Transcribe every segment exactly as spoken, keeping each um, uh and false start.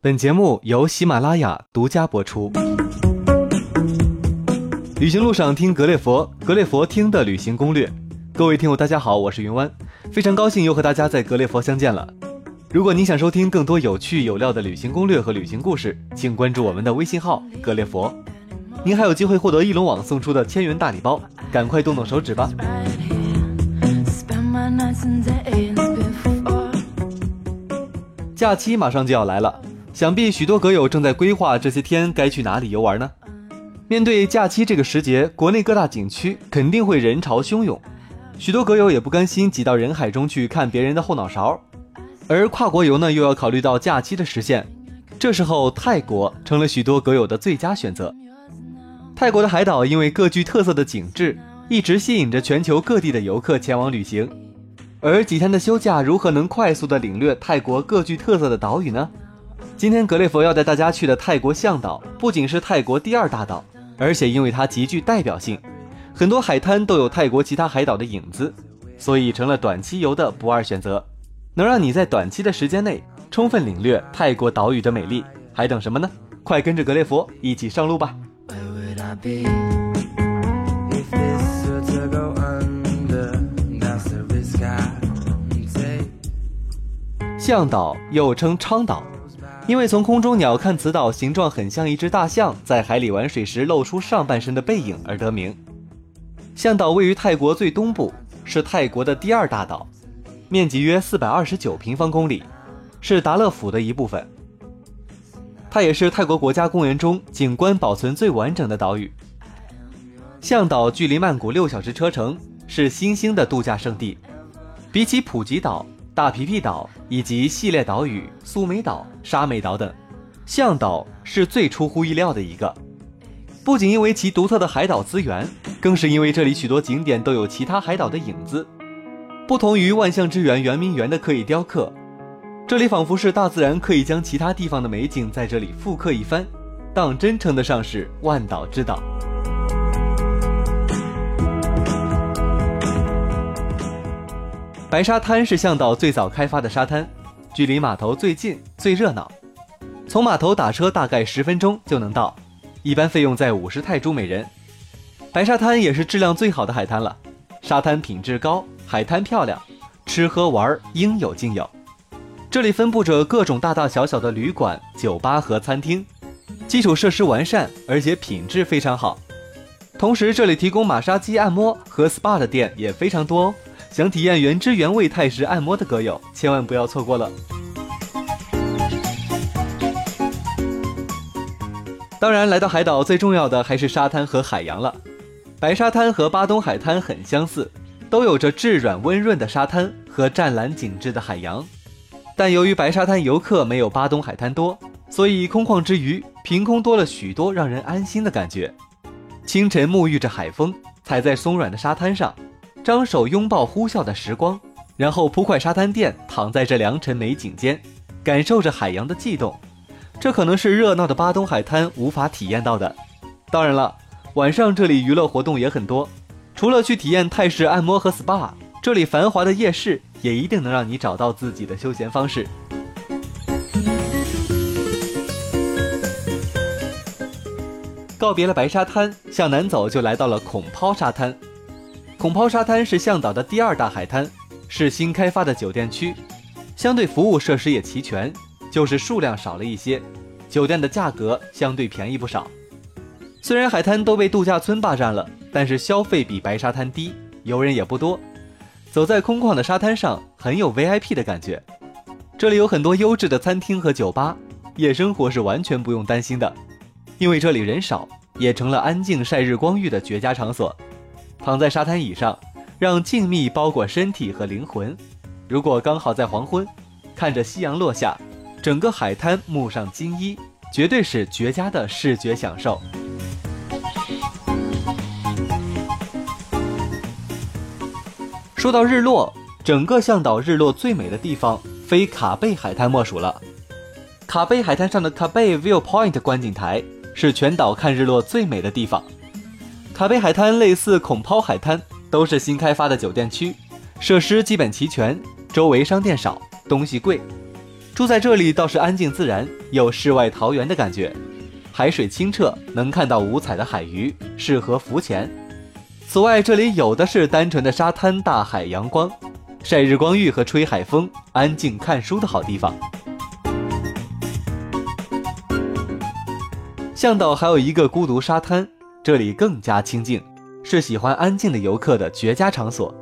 本节目由喜马拉雅独家播出。旅行路上听格列佛，格列佛听的旅行攻略。各位听友大家好，我是云湾，非常高兴又和大家在格列佛相见了。如果您想收听更多有趣有料的旅行攻略和旅行故事，请关注我们的微信号格列佛。您还有机会获得一龙网送出的千元大礼包，赶快动动手指吧。假期马上就要来了，想必许多阁友正在规划这些天该去哪里游玩呢？面对假期这个时节，国内各大景区肯定会人潮汹涌，许多阁友也不甘心挤到人海中去看别人的后脑勺。而跨国游呢，又要考虑到假期的实现，这时候泰国成了许多阁友的最佳选择。泰国的海岛因为各具特色的景致，一直吸引着全球各地的游客前往旅行。而几天的休假如何能快速地领略泰国各具特色的岛屿呢？今天格列佛要带大家去的泰国向岛，不仅是泰国第二大岛，而且因为它极具代表性，很多海滩都有泰国其他海岛的影子，所以成了短期游的不二选择，能让你在短期的时间内充分领略泰国岛屿的美丽。还等什么呢？快跟着格列佛一起上路吧。向岛又称昌岛，因为从空中鸟瞰此岛形状很像一只大象在海里玩水时露出上半身的背影而得名。向岛位于泰国最东部，是泰国的第二大岛，面积约四百二十九平方公里，是达勒府的一部分。它也是泰国国家公园中景观保存最完整的岛屿。向岛距离曼谷六小时车程，是新兴的度假胜地。比起普吉岛、大皮皮岛以及系列岛屿苏梅岛、沙美岛等，向岛是最出乎意料的一个。不仅因为其独特的海岛资源，更是因为这里许多景点都有其他海岛的影子。不同于万象之园圆明园的刻意雕刻，这里仿佛是大自然刻意将其他地方的美景在这里复刻一番，当真称得上是万岛之岛。白沙滩是向岛最早开发的沙滩，距离码头最近最热闹，从码头打车大概十分钟就能到，一般费用在五十泰铢每人。白沙滩也是质量最好的海滩了，沙滩品质高，海滩漂亮，吃喝玩应有尽有。这里分布着各种大大小小的旅馆、酒吧和餐厅，基础设施完善，而且品质非常好。同时这里提供马杀鸡按摩和 S P A 的店也非常多哦，想体验原汁原味泰式按摩的阁友千万不要错过了。当然来到海岛最重要的还是沙滩和海洋了。白沙滩和巴东海滩很相似，都有着质软温润的沙滩和湛蓝景致的海洋，但由于白沙滩游客没有巴东海滩多，所以空旷之余凭空多了许多让人安心的感觉。清晨沐浴着海风，踩在松软的沙滩上，张手拥抱呼啸的时光，然后铺块沙滩垫躺在这良辰美景间，感受着海洋的悸动，这可能是热闹的巴东海滩无法体验到的。当然了，晚上这里娱乐活动也很多，除了去体验泰式按摩和 S P A， 这里繁华的夜市也一定能让你找到自己的休闲方式。告别了白沙滩，向南走就来到了孔抛沙滩。孔抛沙滩是向岛的第二大海滩，是新开发的酒店区，相对服务设施也齐全，就是数量少了一些，酒店的价格相对便宜不少。虽然海滩都被度假村霸占了，但是消费比白沙滩低，游人也不多，走在空旷的沙滩上很有 V I P 的感觉。这里有很多优质的餐厅和酒吧，夜生活是完全不用担心的，因为这里人少，也成了安静晒日光浴的绝佳场所。躺在沙滩椅上，让静谧包裹身体和灵魂。如果刚好在黄昏，看着夕阳落下，整个海滩幕上金衣，绝对是绝佳的视觉享受。说到日落，整个向岛日落最美的地方非卡贝海滩莫属了。卡贝海滩上的卡贝 Viewpoint 观景台是全岛看日落最美的地方。卡贝海滩类似孔抛海滩，都是新开发的酒店区，设施基本齐全，周围商店少，东西贵。住住在这里倒是安静自然，有世外桃源的感觉。海水清澈，能看到五彩的海鱼，适合浮潜。此外，这里有的是单纯的沙滩、大海、阳光，晒日光浴和吹海风，安静看书的好地方。向导还有一个孤独沙滩，这里更加清静，是喜欢安静的游客的绝佳场所。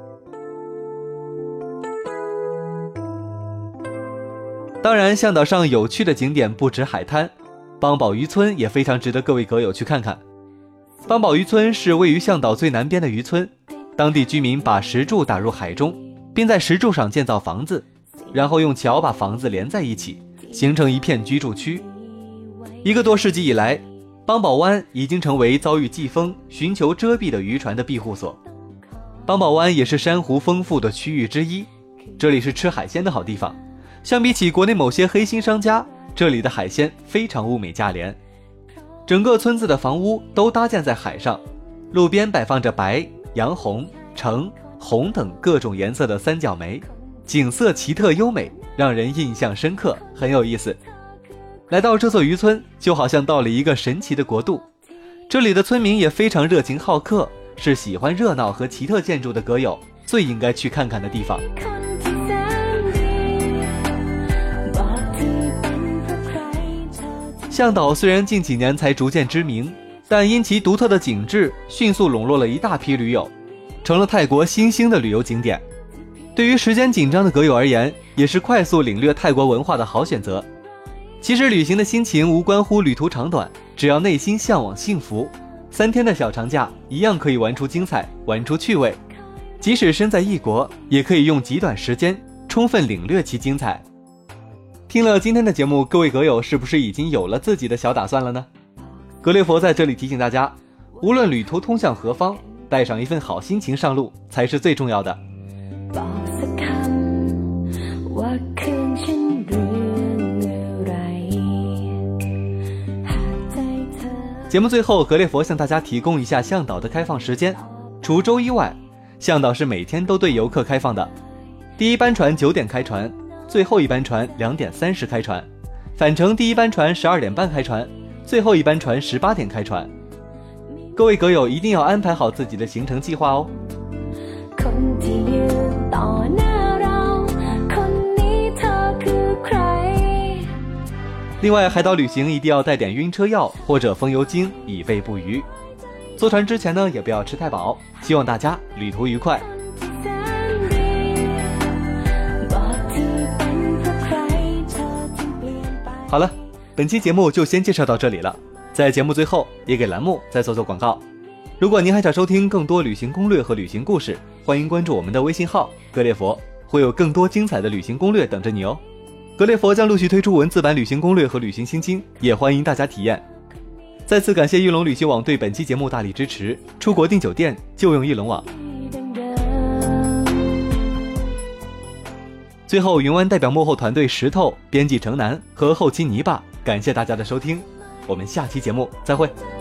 当然，向导上有趣的景点不止海滩，邦宝渔村也非常值得各位阁友去看看。邦宝渔村是位于向导最南边的渔村，当地居民把石柱打入海中，并在石柱上建造房子，然后用桥把房子连在一起，形成一片居住区。一个多世纪以来，邦宝湾已经成为遭遇季风、寻求遮蔽的渔船的庇护所。邦宝湾也是珊瑚丰富的区域之一，这里是吃海鲜的好地方。相比起国内某些黑心商家，这里的海鲜非常物美价廉。整个村子的房屋都搭建在海上，路边摆放着白、洋红、橙、红等各种颜色的三角梅，景色奇特优美，让人印象深刻，很有意思。来到这座渔村，就好像到了一个神奇的国度。这里的村民也非常热情好客，是喜欢热闹和奇特建筑的阁友最应该去看看的地方。向导虽然近几年才逐渐知名，但因其独特的景致，迅速笼络了一大批驴友，成了泰国新兴的旅游景点。对于时间紧张的阁友而言，也是快速领略泰国文化的好选择。其实旅行的心情无关乎旅途长短，只要内心向往幸福，三天的小长假一样可以玩出精彩，玩出趣味。即使身在异国，也可以用极短时间充分领略其精彩。听了今天的节目，各位阁友是不是已经有了自己的小打算了呢？格列佛在这里提醒大家，无论旅途通向何方，带上一份好心情上路才是最重要的。节目最后，格列佛向大家提供一下向导的开放时间。除周一外，向导是每天都对游客开放的。第一班船九点开船，最后一班船两点三十开船，返程第一班船十二点半开船，最后一班船十八点开船。各位阁友一定要安排好自己的行程计划哦。另外，海岛旅行一定要带点晕车药或者风油精，以备不虞。坐船之前呢，也不要吃太饱。希望大家旅途愉快。好了，本期节目就先介绍到这里了。在节目最后，也给栏目再做做广告。如果您还想收听更多旅行攻略和旅行故事，欢迎关注我们的微信号格列佛，会有更多精彩的旅行攻略等着你哦。格列佛将陆续推出文字版旅行攻略和旅行心经，也欢迎大家体验。再次感谢玉龙旅行网对本期节目大力支持，出国订酒店就用玉龙网。最后，云湾代表幕后团队石头、编辑城南和后期泥巴，感谢大家的收听，我们下期节目再会。